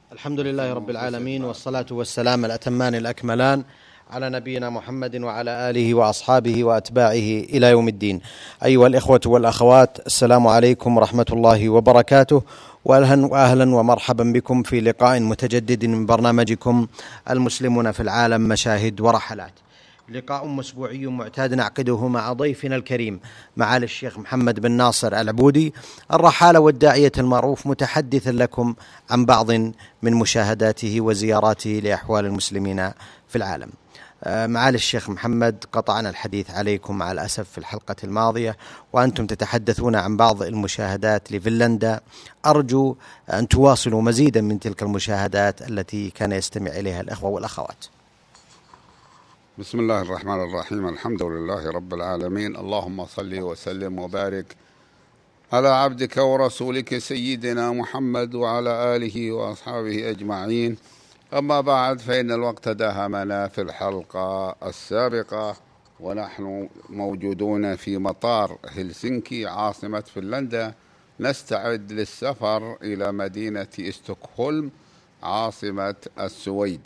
الحمد لله رب العالمين، والصلاة والسلام الأتمان الأكملان على نبينا محمد وعلى آله وأصحابه وأتباعه إلى يوم الدين. أيها الإخوة والأخوات، السلام عليكم ورحمة الله وبركاته، وأهلا ومرحبا بكم في لقاء متجدد من برنامجكم المسلمون في العالم مشاهد ورحلات. لقاء أسبوعي معتاد نعقده مع ضيفنا الكريم معالي الشيخ محمد بن ناصر العبودي، الرحالة والداعية المعروف، متحدثا لكم عن بعض من مشاهداته وزياراته لأحوال المسلمين في العالم. معالي الشيخ محمد، قطعنا الحديث عليكم مع الأسف في الحلقة الماضية وأنتم تتحدثون عن بعض المشاهدات لفنلندا. أرجو أن تواصلوا مزيدا من تلك المشاهدات التي كان يستمع إليها الأخوة والأخوات. بسم الله الرحمن الرحيم. الحمد لله رب العالمين، اللهم صل وسلم وبارك على عبدك ورسولك سيدنا محمد وعلى آله وأصحابه أجمعين. أما بعد، فإن الوقت داهمنا في الحلقة السابقة، ونحن موجودون في مطار هلسنكي عاصمة فنلندا، نستعد للسفر إلى مدينة ستوكهولم عاصمة السويد.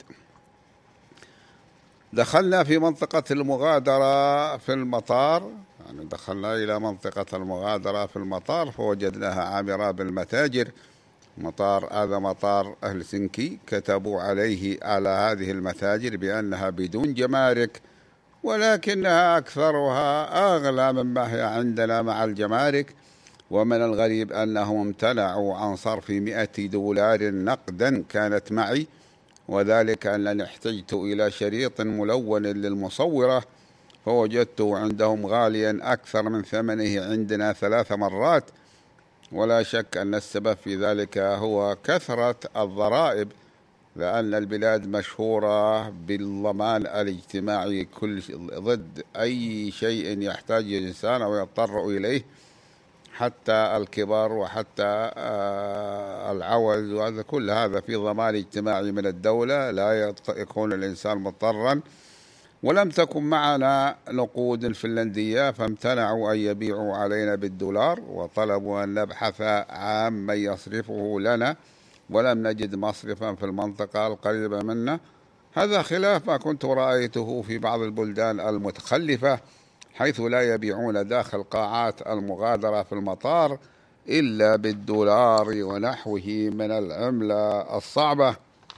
دخلنا في منطقة المغادرة في المطار، دخلنا إلى منطقة المغادرة في المطار فوجدناها عامرة بالمتاجر. هذا مطار هلسنكي، كتبوا عليه على هذه المتاجر بأنها بدون جمارك، ولكنها أكثرها أغلى مما هي عندنا مع الجمارك. ومن الغريب أنهم امتنعوا عن صرف 100 دولار نقدا كانت معي، وذلك أنني احتجت إلى شريط ملون للمصورة فوجدته عندهم غاليا أكثر من ثمنه عندنا 3 مرات. ولا شك أن السبب في ذلك هو كثرة الضرائب، لأن البلاد مشهورة بالضمان الاجتماعي ضد أي شيء يحتاج الإنسان أو يضطر إليه، حتى الكبار وحتى العوز، وهذا كل هذا في ضمان اجتماعي من الدولة، لا يكون الإنسان مضطرا. ولم تكن معنا نقود فنلندية فامتنعوا أن يبيعوا علينا بالدولار، وطلبوا أن نبحث عن من يصرفه لنا، ولم نجد مصرفا في المنطقة القريبة منا. هذا خلاف ما كنت رأيته في بعض البلدان المتخلفة، حيث لا يبيعون داخل قاعات المغادرة في المطار إلا بالدولار ونحوه من العملة الصعبة،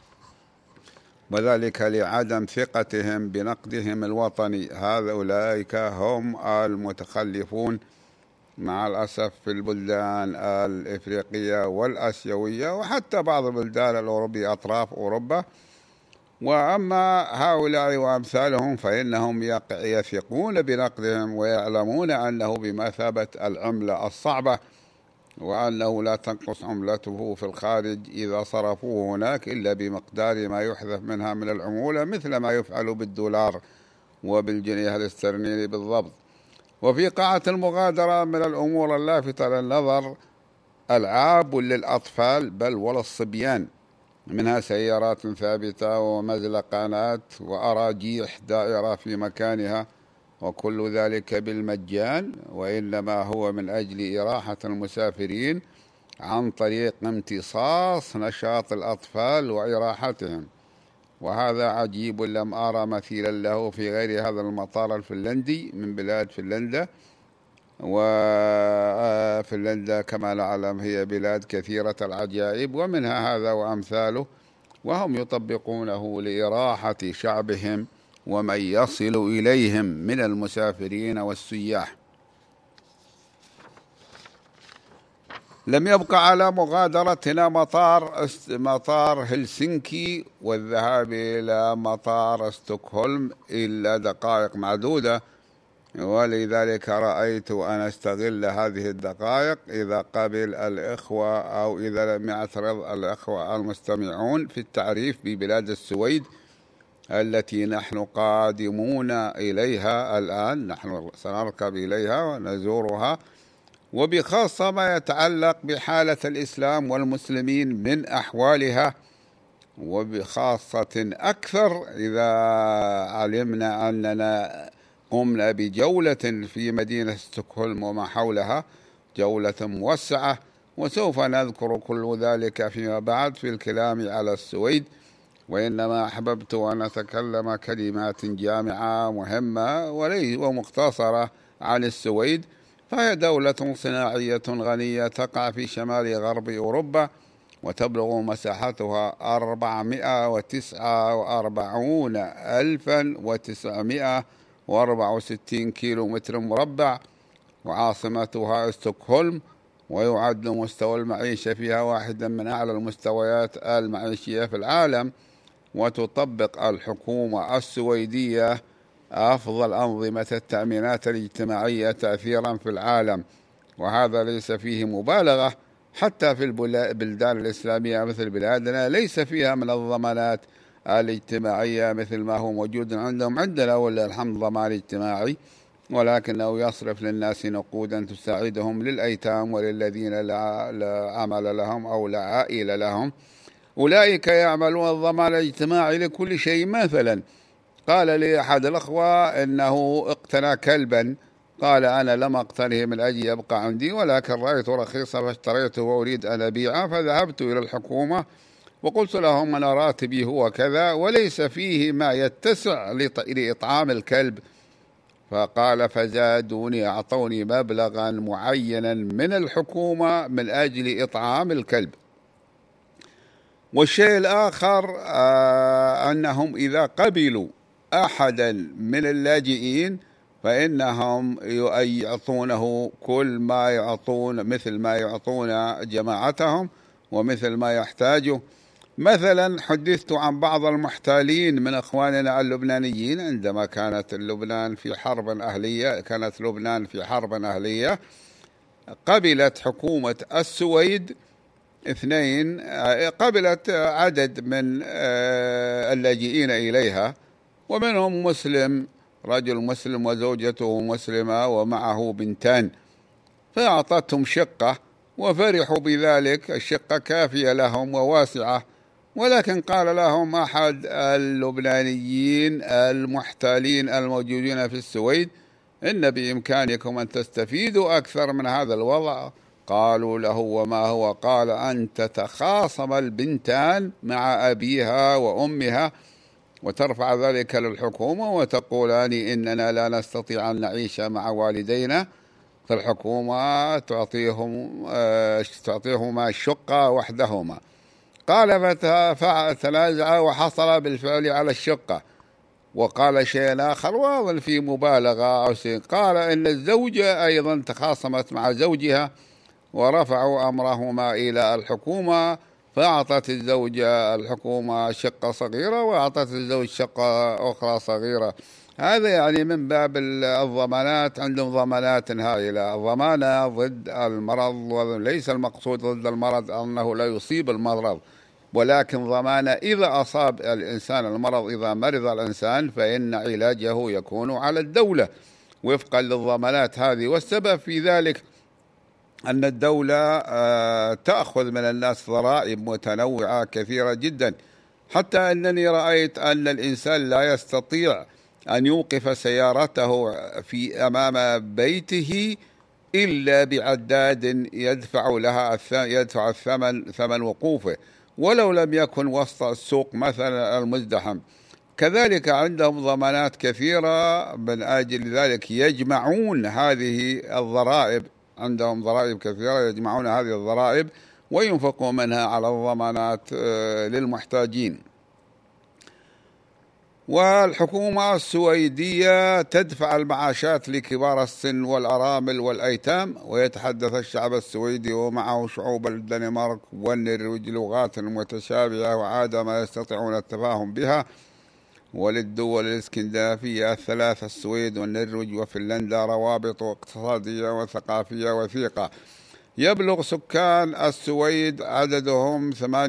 وذلك لعدم ثقتهم بنقدهم الوطني. أولئك هم المتخلفون مع الأسف في البلدان الإفريقية والآسيوية وحتى بعض البلدان الأوروبية أطراف أوروبا. وأما هؤلاء وأمثالهم فإنهم يثقون بنقدهم ويعلمون أنه بمثابة العملة الصعبة، وأنه لا تنقص عملته في الخارج إذا صرفوه هناك إلا بمقدار ما يحذف منها من العمولة، مثل ما يفعل بالدولار وبالجنيه الاسترليني بالضبط. وفي قاعة المغادرة من الأمور اللافتة للنظر ألعاب للأطفال بل وللصبيان، منها سيارات ثابتة ومزلقانات وأراجيح دائرة في مكانها، وكل ذلك بالمجان، وإنما هو من أجل إراحة المسافرين عن طريق امتصاص نشاط الأطفال وإراحتهم. وهذا عجيب لم أرى مثيلا له في غير هذا المطار الفنلندي من بلاد فنلندا. وفنلندا كما نعلم هي بلاد كثيرة العجائب، ومنها هذا وأمثاله، وهم يطبقونه لإراحة شعبهم ومن يصل إليهم من المسافرين والسياح. لم يبقى على مغادرتنا مطار هلسنكي والذهاب إلى مطار ستوكهولم إلا دقائق معدودة، ولذلك رأيت أن أستغل هذه الدقائق إذا قبل الإخوة أو إذا لم يعترض الإخوة المستمعون في التعريف ببلاد السويد التي نحن قادمون إليها الآن. نحن سنركب إليها ونزورها، وبخاصة ما يتعلق بحالة الإسلام والمسلمين من أحوالها، وبخاصة أكثر إذا علمنا أننا قمنا بجولة في مدينة ستوكهولم وما حولها، جولة موسعة وسوف نذكر كل ذلك فيما بعد في الكلام على السويد، وإنما أحببت أن أتكلم كلمات جامعة مهمة ومختصرة عن السويد. فهي دولة صناعية غنية تقع في شمال غرب أوروبا، وتبلغ مساحتها 449,964 كيلو متر مربع، وعاصمتها ستوكهولم، ويعد مستوى المعيشة فيها واحدا من أعلى المستويات المعيشية في العالم. وتطبق الحكومة السويدية أفضل أنظمة التأمينات الاجتماعية تأثيرا في العالم، وهذا ليس فيه مبالغة. حتى في البلدان الإسلامية مثل بلادنا ليس فيها من الضمانات الاجتماعية مثل ما هو موجود عندهم. عندنا ولله الحمد ضمان اجتماعي، ولكنه يصرف للناس نقودا تساعدهم للأيتام وللذين لا عمل لهم أو لا عائلة لهم. أولئك يعملون الضمان الاجتماعي لكل شيء. مثلا قال لي أحد الأخوة إنه اقتنى كلبا، قال أنا لم أقتنه من أجل يبقى عندي، ولكن رأيته رخيصا فاشتريته وأريد أن أبيعه، فذهبت إلى الحكومة وقلت لهم أنا راتبي هو كذا وليس فيه ما يتسع لإطعام الكلب. فقال فزادوني، أعطوني مبلغا معينا من الحكومة من أجل إطعام الكلب. والشيء الآخر أنهم إذا قبلوا أحدا من اللاجئين فإنهم يعطونه كل ما يعطون، مثل ما يعطون جماعتهم ومثل ما يحتاجه. مثلا حدثت عن بعض المحتالين من أخواننا اللبنانيين عندما كانت لبنان في حرب أهلية، قبلت حكومة السويد قبلت عدد من اللاجئين إليها، ومنهم مسلم، رجل مسلم وزوجته مسلمة ومعه بنتان، فأعطتهم شقة وفرحوا بذلك. الشقة كافية لهم وواسعة، ولكن قال لهم أحد اللبنانيين المحتالين الموجودين في السويد إن بإمكانكم أن تستفيدوا أكثر من هذا الوضع. قالوا له وما هو؟ قال أن تتخاصم البنتان مع أبيها وأمها وترفع ذلك للحكومة وتقولان إننا لا نستطيع أن نعيش مع والدينا، فالحكومة تعطيهما الشقة وحدهما. قال فتنازع وحصل بالفعل على الشقة. وقال شيء آخر واضح في مبالغة أو شيء، قال إن الزوجة أيضا تخاصمت مع زوجها ورفعوا أمرهما إلى الحكومة، فأعطت الزوجة الحكومة شقة صغيرة وأعطت الزوج شقة أخرى صغيرة. هذا يعني من باب الضمانات. عندهم ضمانات هائلة، ضمانة ضد المرض، وليس المقصود ضد المرض أنه لا يصيب المرض، ولكن ضمانة إذا أصاب الإنسان المرض، إذا مرض الإنسان فإن علاجه يكون على الدولة وفقا للضمانات هذه. والسبب في ذلك أن الدولة تأخذ من الناس ضرائب متنوعة كثيرة جدا، حتى أنني رأيت أن الإنسان لا يستطيع أن يوقف سيارته في أمام بيته إلا بعداد يدفع ثمن وقوفه، ولو لم يكن وسط السوق مثلا المزدحم. كذلك عندهم ضمانات كثيرة، من أجل ذلك يجمعون هذه الضرائب، عندهم ضرائب كثيرة يجمعون هذه الضرائب وينفقوا منها على الضمانات للمحتاجين. والحكومة السويدية تدفع المعاشات لكبار السن والأرامل والأيتام. ويتحدث الشعب السويدي ومعه شعوب الدنمارك والنرويج لغات متشابهة وعادة ما يستطيعون التفاهم بها. وللدول الاسكندنافية الثلاث السويد والنرويج وفنلندا روابط اقتصادية وثقافية وثيقة. يبلغ سكان السويد عددهم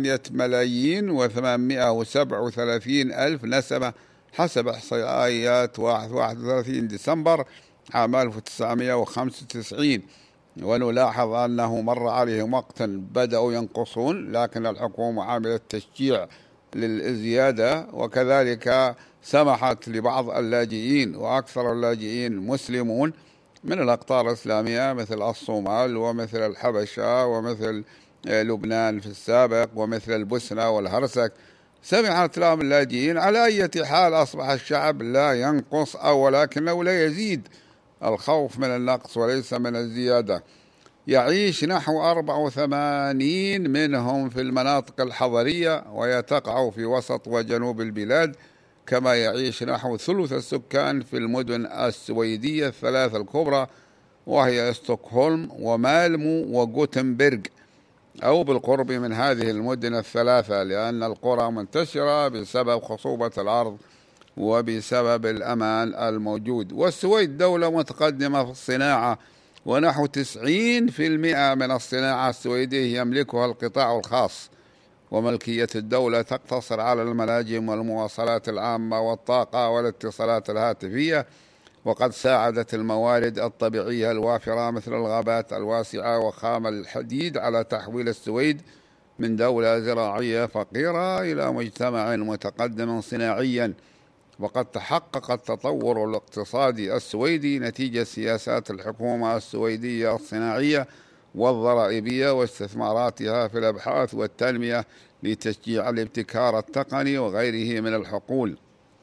8,837,000 نسمة حسب إحصائيات 31 ديسمبر عام 1995. ونلاحظ أنه مر عليهم وقت بدأوا ينقصون، لكن الحكومة عملت تشجيع للزيادة، وكذلك سمحت لبعض اللاجئين، وأكثر اللاجئين مسلمون، من الأقطار الإسلامية مثل الصومال ومثل الحبشة ومثل لبنان في السابق ومثل البوسنة والهرسك. سمعت لهم اللاجئين. على أي حال أصبح الشعب لا ينقص ولكنه لا يزيد، الخوف من النقص وليس من الزيادة. يعيش نحو 84 منهم في المناطق الحضرية، وهي تقع في وسط وجنوب البلاد، كما يعيش نحو ثلث السكان في المدن السويدية الثلاث الكبرى، وهي ستوكهولم ومالمو وغوتنبرغ، أو بالقرب من هذه المدن الثلاثة، لأن القرى منتشرة بسبب خصوبة الأرض وبسبب الأمان الموجود. والسويد دولة متقدمة في الصناعة، ونحو 90% من الصناعة السويدية يملكها القطاع الخاص، وملكية الدولة تقتصر على المناجم والمواصلات العامة والطاقة والاتصالات الهاتفية. وقد ساعدت الموارد الطبيعية الوافرة مثل الغابات الواسعة وخام الحديد على تحويل السويد من دولة زراعية فقيرة إلى مجتمع متقدم صناعيا. وقد تحقق التطور الاقتصادي السويدي نتيجة سياسات الحكومة السويدية الصناعية والضرائبية واستثماراتها في الأبحاث والتنمية لتشجيع الابتكار التقني وغيره من الحقول.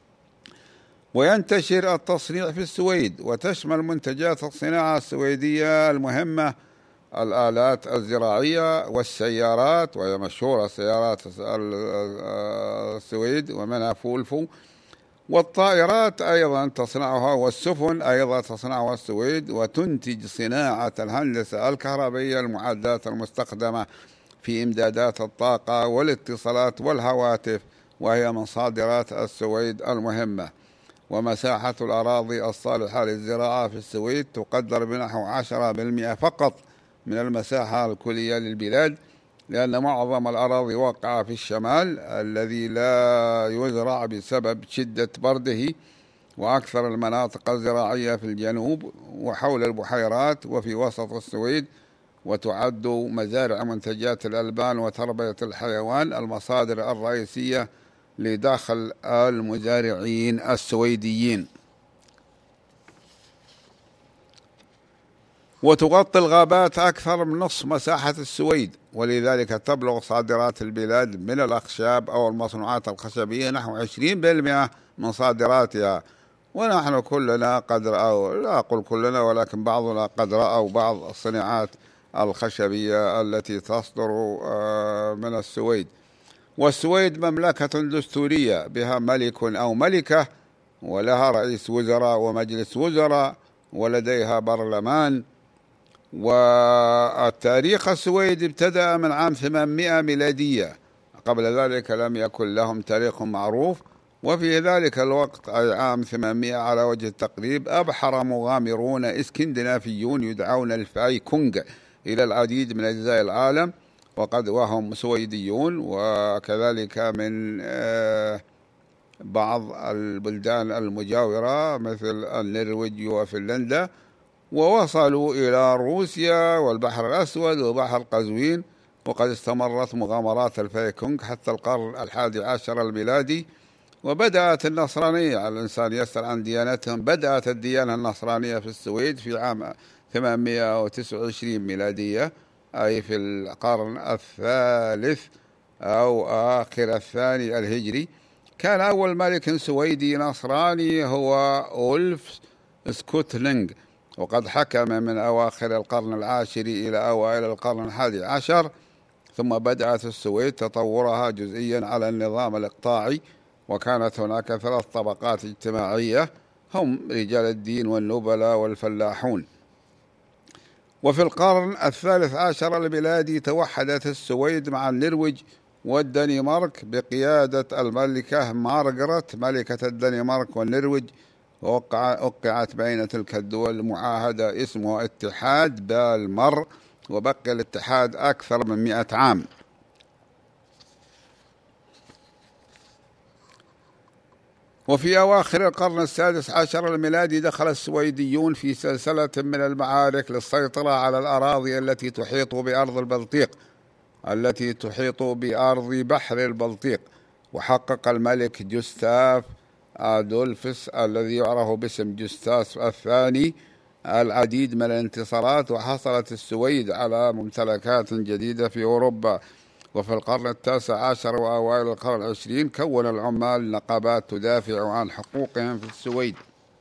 وينتشر التصنيع في السويد، وتشمل منتجات الصناعة السويدية المهمة الآلات الزراعية والسيارات، وهي مشهورة سيارات السويد ومنها فولفو، والطائرات أيضا تصنعها، والسفن أيضا تصنعها السويد. وتنتج صناعة الهندسة الكهربائية المعدات المستخدمة في إمدادات الطاقة والاتصالات والهواتف، وهي من صادرات السويد المهمة. ومساحة الأراضي الصالحة للزراعة في السويد تقدر بنحو 10% فقط من المساحة الكلية للبلاد، لأن معظم الأراضي واقعة في الشمال الذي لا يزرع بسبب شدة برده، وأكثر المناطق الزراعية في الجنوب وحول البحيرات وفي وسط السويد. وتعد مزارع منتجات الألبان وتربية الحيوان المصادر الرئيسية لدخل المزارعين السويديين. وتغطي الغابات أكثر من نصف مساحة السويد، ولذلك تبلغ صادرات البلاد من الأخشاب أو المصنوعات الخشبية نحو 20% من صادراتها. ونحن كلنا قد رأوا، لا أقول كلنا ولكن بعضنا قد رأوا بعض الصناعات الخشبية التي تصدر من السويد. والسويد مملكة دستورية بها ملك أو ملكة، ولها رئيس وزراء ومجلس وزراء، ولديها برلمان. والتاريخ السويد ابتدأ من عام 800 ميلادية، قبل ذلك لم يكن لهم تاريخ معروف. وفي ذلك الوقت أي عام 800 على وجه التقريب أبحر مغامرون اسكندنافيون يدعون الفايكونغ إلى العديد من أجزاء العالم، وهم سويديون، وكذلك من بعض البلدان المجاورة مثل النرويج وفنلندا، ووصلوا إلى روسيا والبحر الأسود وبحر قزوين. وقد استمرت مغامرات الفايكونغ حتى القرن 11 الميلادي، وبدأت النصرانية. الإنسان يسأل عن ديانتهم. بدأت الديانة النصرانية في السويد في عام 829 ميلادية، أي في القرن الثالث أو آخر الثاني الهجري. كان أول ملك سويدي نصراني هو أولف سكوتلينغ، وقد حكم من أواخر القرن العاشر إلى أوائل القرن 11. ثم بدأت السويد تطورها جزئيا على النظام الإقطاعي، وكانت هناك 3 طبقات اجتماعية، هم رجال الدين والنبلاء والفلاحون. وفي القرن 13 الميلادي توحدت السويد مع النرويج والدنمارك بقيادة الملكة مارغريت ملكة الدنمارك والنرويج، ووقعت بين تلك الدول معاهدة اسمها اتحاد بالمر، وبقي الاتحاد أكثر من 100 عام. وفي أواخر القرن 16 الميلادي دخل السويديون في سلسلة من المعارك للسيطرة على الأراضي التي تحيط بأرض البلطيق، التي تحيط بأرض بحر البلطيق. وحقق الملك جوستاف أدولفس الذي يعرف باسم جوستاف الثاني العديد من الانتصارات، وحصلت السويد على ممتلكات جديدة في أوروبا. وفي القرن التاسع عشر وأوائل القرن العشرين كون العمال نقابات تدافع عن حقوقهم في السويد.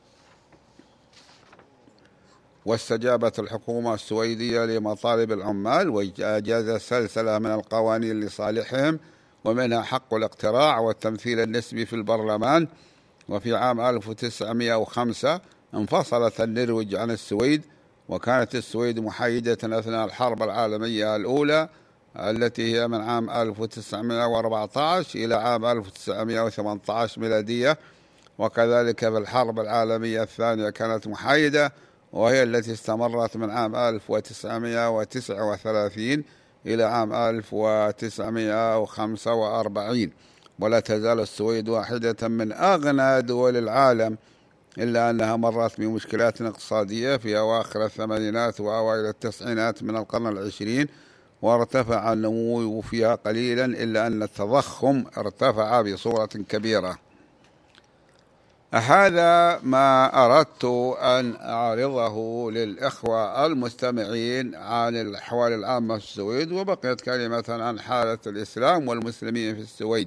واستجابت الحكومة السويدية لمطالب العمال وأجازت سلسلة من القوانين لصالحهم، ومنها حق الاقتراع والتمثيل النسبي في البرلمان. وفي عام 1905 انفصلت النرويج عن السويد، وكانت السويد محايدة أثناء الحرب العالمية الأولى التي هي من عام 1914 إلى عام 1918 ميلادية، وكذلك في الحرب العالمية الثانية كانت محايدة، وهي التي استمرت من عام 1939 إلى عام 1945. ولا تزال السويد واحدة من أغنى دول العالم، إلا أنها مرت بمشكلات اقتصادية في أواخر الثمانينات وأوائل التسعينات من القرن العشرين، وارتفع النمو فيها قليلا، إلا أن التضخم ارتفع بصورة كبيرة. هذا ما أردت أن أعرضه للإخوة المستمعين عن الأحوال العامة في السويد، وبقيت كلمة عن حالة الإسلام والمسلمين في السويد.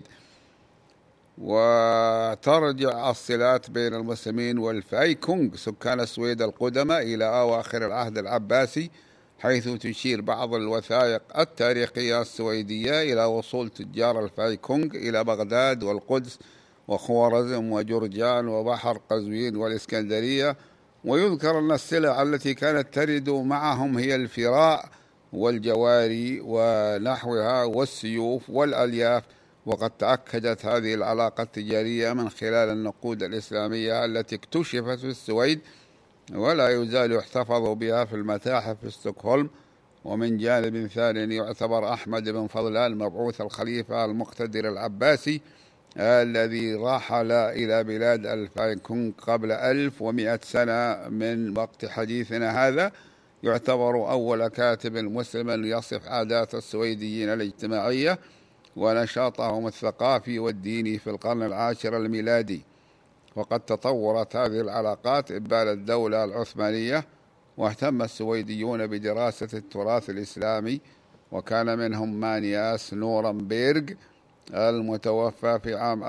وترجع الصلات بين المسلمين والفايكونغ سكان السويد القدماء إلى أواخر العهد العباسي، حيث تشير بعض الوثائق التاريخية السويدية إلى وصول تجار الفايكونغ إلى بغداد والقدس وخوارزم وجرجان وبحر قزوين والإسكندرية. ويذكر أن السلع التي كانت ترد معهم هي الفراء والجواري ونحوها والسيوف والألياف. وقد تأكدت هذه العلاقة التجارية من خلال النقود الإسلامية التي اكتشفت في السويد، ولا يزال يحتفظ بها في المتاحف في ستوكهولم. ومن جانب ثان يعتبر أحمد بن فضلان مبعوث الخليفة المقتدر العباسي الذي رحل إلى بلاد الفايكونغ قبل 1100 سنة من وقت حديثنا هذا، يعتبر أول كاتب مسلم يصف عادات السويديين الاجتماعية ونشاطهم الثقافي والديني في القرن العاشر الميلادي. وقد تطورت هذه العلاقات إبان الدولة العثمانية، واهتم السويديون بدراسة التراث الإسلامي، وكان منهم مانياس نورنبيرغ المتوفى في عام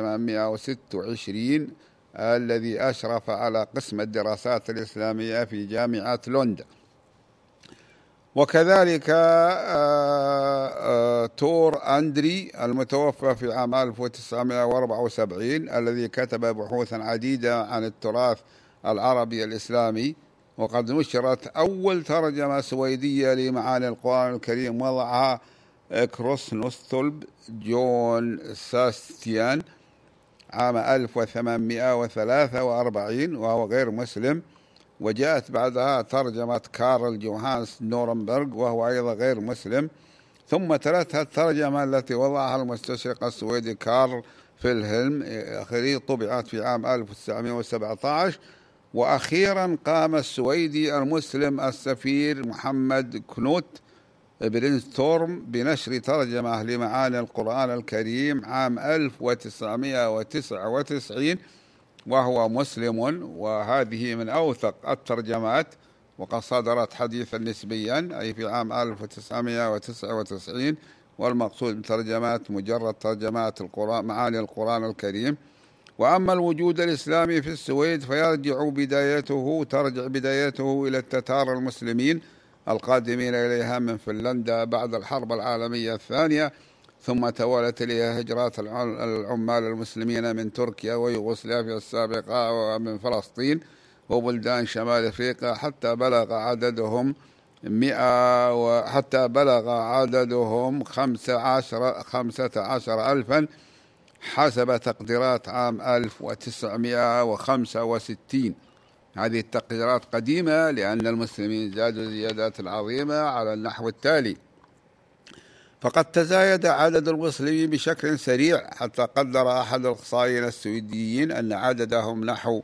1826 الذي أشرف على قسم الدراسات الإسلامية في جامعة لوند. وكذلك تور أندري المتوفى في عام 1974 الذي كتب بحوثا عديدة عن التراث العربي الإسلامي. وقد نشرت أول ترجمة سويدية لمعاني القرآن الكريم وضعها كروسنوستولب جون ساستيان عام 1843 وهو غير مسلم. وجاءت بعدها ترجمة كارل جوهانس نورنبرغ وهو أيضا غير مسلم. ثم تلتها الترجمة التي وضعها المستشرق السويدي كارل فيلهلم طبعت في عام 1917. وأخيرا قام السويدي المسلم السفير محمد كنوت برينستورم بنشر ترجمة لمعاني القرآن الكريم عام 1999 وهو مسلم، وهذه من أوثق الترجمات، وقد صدرت حديثا نسبيا أي في عام 1999. والمقصود بترجمات مجرد ترجمات القرآن معاني القرآن الكريم. وأما الوجود الإسلامي في السويد ترجع بدايته إلى التتار المسلمين القادمين إليها من فنلندا بعد الحرب العالمية الثانية، ثم توالت إليها هجرات العمال المسلمين من تركيا ويوغوسلافيا السابقة ومن فلسطين وبلدان شمال أفريقيا حتى بلغ عددهم 15 ألفا حسب تقديرات عام 1965. هذه التقديرات قديمة لأن المسلمين زادوا زيادات عظيمة على النحو التالي: فقد تزايد عدد المسلمين بشكل سريع حتى قدر أحد الإحصائيين السويديين أن عددهم نحو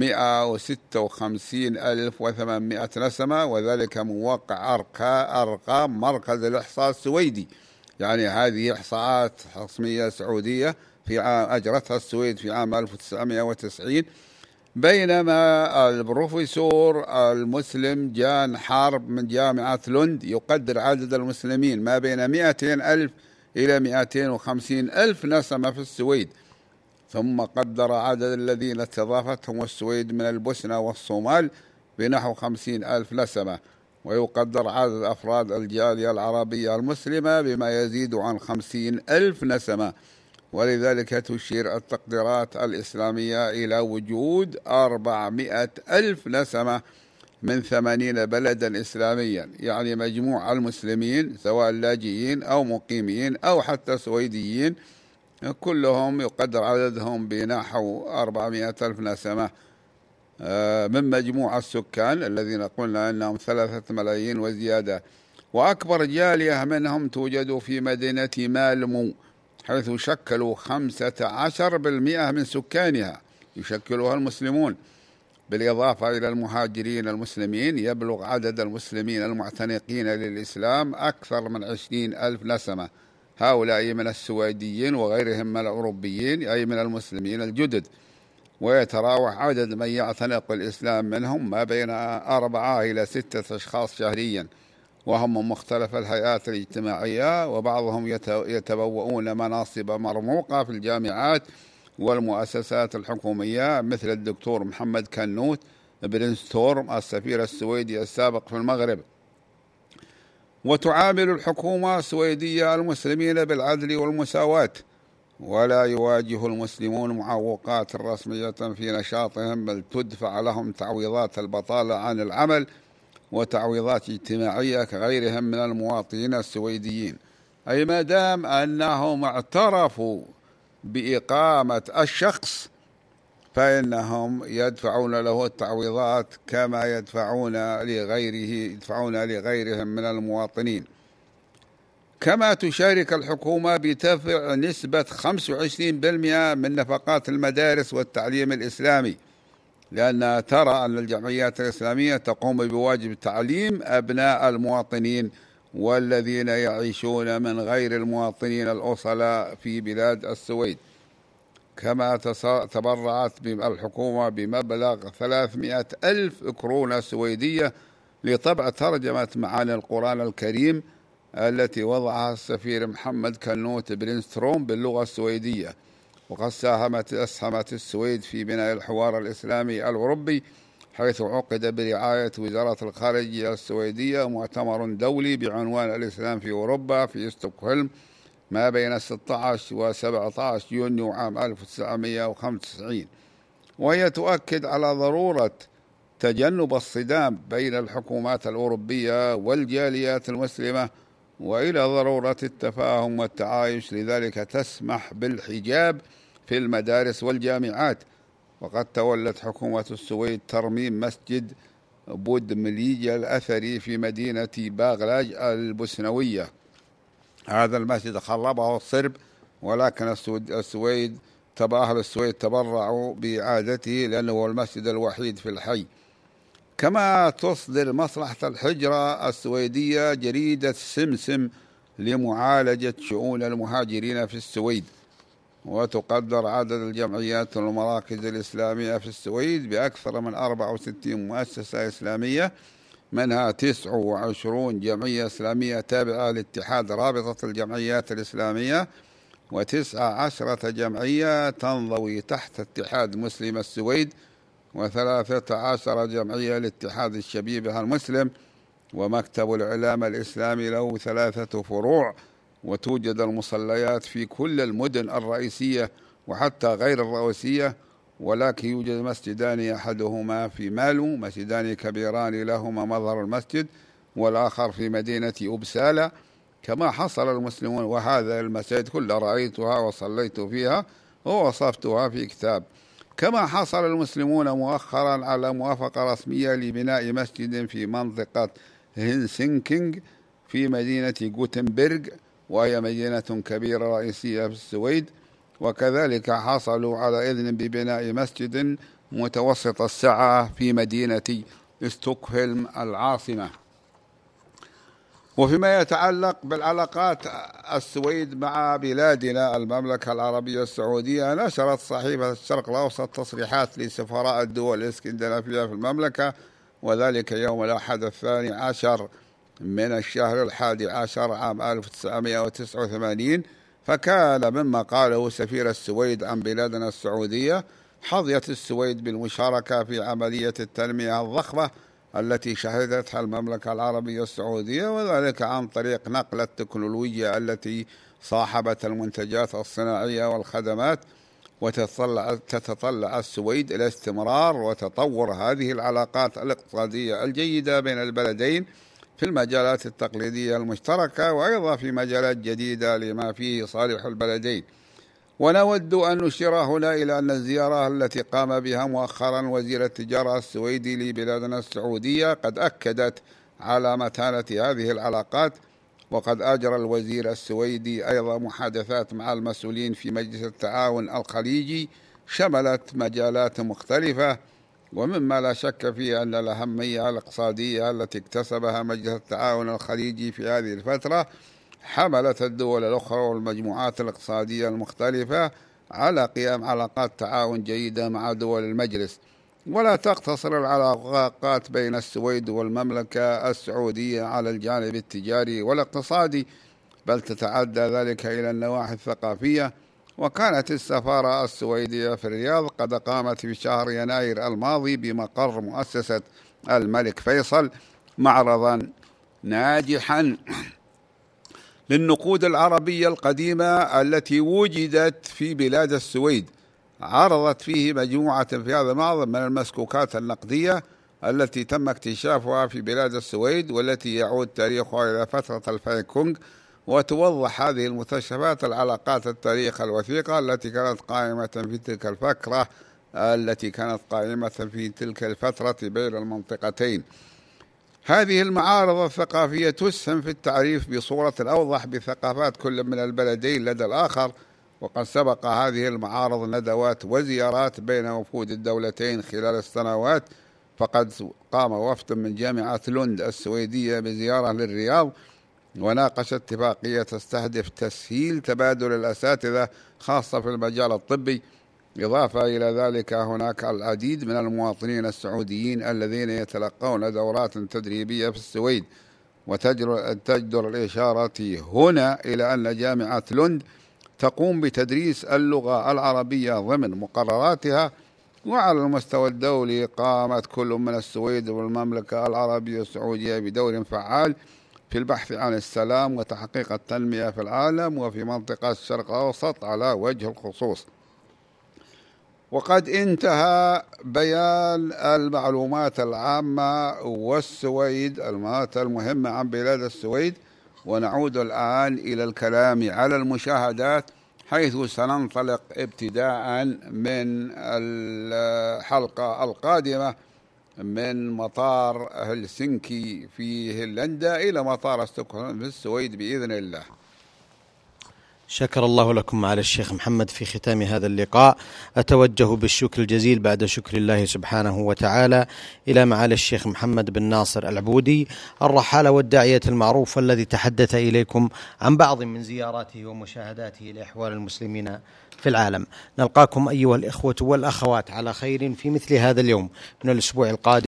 156,800 نسمة، وذلك من واقع أرقام مركز الإحصاء السويدي. يعني هذه إحصاءات رسمية سعودية في أجرتها السويد في عام 1990. بينما البروفيسور المسلم جان حارب من جامعة لوند يقدر عدد المسلمين ما بين 200,000 إلى 250,000 نسمة في السويد، ثم قدر عدد الذين استضافتهم السويد من البوسنة والصومال بنحو 50,000 نسمة، ويقدر عدد أفراد الجالية العربية المسلمة بما يزيد عن 50,000 نسمة. ولذلك تشير التقديرات الإسلامية إلى وجود 400,000 نسمة من 80 بلدا إسلاميا، يعني مجموع المسلمين سواء لاجئين أو مقيمين أو حتى سويديين كلهم يقدر عددهم بنحو 400,000 نسمة من مجموع السكان الذين قلنا أنهم 3 ملايين وزيادة. وأكبر جالية منهم توجد في مدينة مالمو، حيث شكلوا 15% من سكانها يشكلها المسلمون، بالإضافة إلى المهاجرين المسلمين يبلغ عدد المسلمين المعتنقين للإسلام أكثر من 20,000 نسمة، هؤلاء من السويديين وغيرهم من الأوروبيين أي من المسلمين الجدد. ويتراوح عدد من يعتنق الإسلام منهم ما بين 4 إلى 6 أشخاص شهريا، وهم من مختلف الهيئات الاجتماعية، وبعضهم يتبوؤون مناصب مرموقة في الجامعات والمؤسسات الحكومية، مثل الدكتور محمد كنوت برينستورم السفير السويدي السابق في المغرب. وتعامل الحكومة السويدية المسلمين بالعدل والمساواة، ولا يواجه المسلمون معوقات رسمية في نشاطهم، بل تدفع لهم تعويضات البطالة عن العمل وتعويضات اجتماعية كغيرهم من المواطنين السويديين، أي ما دام أنهم اعترفوا بإقامة الشخص فإنهم يدفعون له التعويضات كما يدفعون لغيرهم من المواطنين. كما تشارك الحكومة بدفع نسبة 25% من نفقات المدارس والتعليم الإسلامي، لأنها ترى أن الجمعيات الإسلامية تقوم بواجب تعليم أبناء المواطنين والذين يعيشون من غير المواطنين الأصلاء في بلاد السويد. كما تبرعت الحكومة بمبلغ 300,000 كرونة سويدية لطبع ترجمة معاني القرآن الكريم التي وضعها السفير محمد كنوت برينستروم باللغة السويدية. وقد أسهمت السويد في بناء الحوار الإسلامي الأوروبي، حيث عقد برعاية وزارة الخارجية السويدية مؤتمر دولي بعنوان الإسلام في أوروبا في ستوكهولم ما بين 16 و 17 يونيو عام 1995، وهي تؤكد على ضرورة تجنب الصدام بين الحكومات الأوروبية والجاليات المسلمة، وإلى ضرورة التفاهم والتعايش، لذلك تسمح بالحجاب في المدارس والجامعات. وقد تولت حكومة السويد ترميم مسجد بودمليجا الأثري في مدينة باغلاج البوسنوية. هذا المسجد خربه الصرب، ولكن أهل السويد تبرعوا بإعادته لأنه هو المسجد الوحيد في الحي. كما تصدر مصلحة الهجرة السويدية جريدة سمسم لمعالجة شؤون المهاجرين في السويد، وتقدر عدد الجمعيات والمراكز الإسلامية في السويد بأكثر من 64 مؤسسة إسلامية، منها 29 جمعية إسلامية تابعة لاتحاد رابطة الجمعيات الإسلامية، و19 جمعية تنضوي تحت اتحاد مسلم السويد، و13 جمعية لاتحاد الشبيبة المسلم. ومكتب الإعلام الإسلامي له 3 فروع، وتوجد المصليات في كل المدن الرئيسية وحتى غير الرئيسية، ولكن يوجد مسجدان، أحدهما في مالو، مسجدان كبيران لهما مظهر المسجد، والآخر في مدينة أبسالة. كما حصل المسلمون، وهذا المساجد كلها رأيتها وصليت فيها ووصفتها في كتاب. كما حصل المسلمون مؤخرا على موافقة رسمية لبناء مسجد في منطقة هلسنكي في مدينة غوتنبرغ، وهي مدينة كبيرة رئيسية في السويد. وكذلك حصلوا على إذن ببناء مسجد متوسط السعة في مدينة ستوكهولم العاصمة. وفيما يتعلق بالعلاقات السويد مع بلادنا المملكة العربية السعودية، نشرت صحيفة الشرق الأوسط تصريحات لسفراء الدول الإسكندنافية في المملكة، وذلك يوم الأحد 12 من الشهر 11 عام 1989. فكان مما قاله سفير السويد عن بلادنا السعودية: حظيت السويد بالمشاركة في عملية التنمية الضخمة التي شهدتها المملكة العربية السعودية، وذلك عن طريق نقل التكنولوجيا التي صاحبت المنتجات الصناعية والخدمات. وتتطلع السويد إلى استمرار وتطور هذه العلاقات الاقتصادية الجيدة بين البلدين في المجالات التقليدية المشتركة، وأيضا في مجالات جديدة لما فيه صالح البلدين. ونود أن نشير هنا إلى أن الزيارة التي قام بها مؤخرا وزير التجارة السويدي لبلادنا السعودية قد أكدت على متانة هذه العلاقات، وقد أجرى الوزير السويدي أيضا محادثات مع المسؤولين في مجلس التعاون الخليجي شملت مجالات مختلفة. ومما لا شك فيه أن الأهمية الاقتصادية التي اكتسبها مجلس التعاون الخليجي في هذه الفترة حملت الدول الأخرى والمجموعات الاقتصادية المختلفة على قيام علاقات تعاون جيدة مع دول المجلس. ولا تقتصر العلاقات بين السويد والمملكة السعودية على الجانب التجاري والاقتصادي، بل تتعدى ذلك إلى النواحي الثقافية. وكانت السفارة السويدية في الرياض قد قامت في شهر يناير الماضي بمقر مؤسسة الملك فيصل معرضا ناجحا للنقود العربية القديمة التي وجدت في بلاد السويد، عرضت فيه مجموعة في هذا المعرض من المسكوكات النقدية التي تم اكتشافها في بلاد السويد، والتي يعود تاريخها إلى فترة الفايكونغ. وتوضح هذه المكتشفات العلاقات التاريخ الوثيقة التي كانت قائمة في تلك الفترة بين المنطقتين. هذه المعارض الثقافية تسهم في التعريف بصورة أوضح بثقافات كل من البلدين لدى الآخر. وقد سبق هذه المعارض ندوات وزيارات بين وفود الدولتين خلال السنوات، فقد قام وفد من جامعة لوند السويدية بزيارة للرياض وناقش اتفاقية تستهدف تسهيل تبادل الأساتذة خاصة في المجال الطبي. إضافة إلى ذلك هناك العديد من المواطنين السعوديين الذين يتلقون دورات تدريبية في السويد. وتجدر الإشارة هنا إلى أن جامعة لوند تقوم بتدريس اللغة العربية ضمن مقرراتها. وعلى المستوى الدولي قامت كل من السويد والمملكة العربية السعودية بدور فعال في البحث عن السلام وتحقيق التنمية في العالم وفي منطقة الشرق الأوسط على وجه الخصوص. وقد انتهى بيان المعلومات العامة والسويد، المعلومات المهمة عن بلاد السويد، ونعود الآن إلى الكلام على المشاهدات، حيث سننطلق ابتداء من الحلقة القادمة من مطار هلسنكي في فنلندا إلى مطار ستوكهولم في السويد بإذن الله. شكر الله لكم معالي الشيخ محمد. في ختام هذا اللقاء أتوجه بالشكر الجزيل بعد شكر الله سبحانه وتعالى إلى معالي الشيخ محمد بن ناصر العبودي الرحالة والداعية المعروف، الذي تحدث إليكم عن بعض من زياراته ومشاهداته لأحوال المسلمين في العالم. نلقاكم أيها الإخوة والأخوات على خير في مثل هذا اليوم من الأسبوع القادم.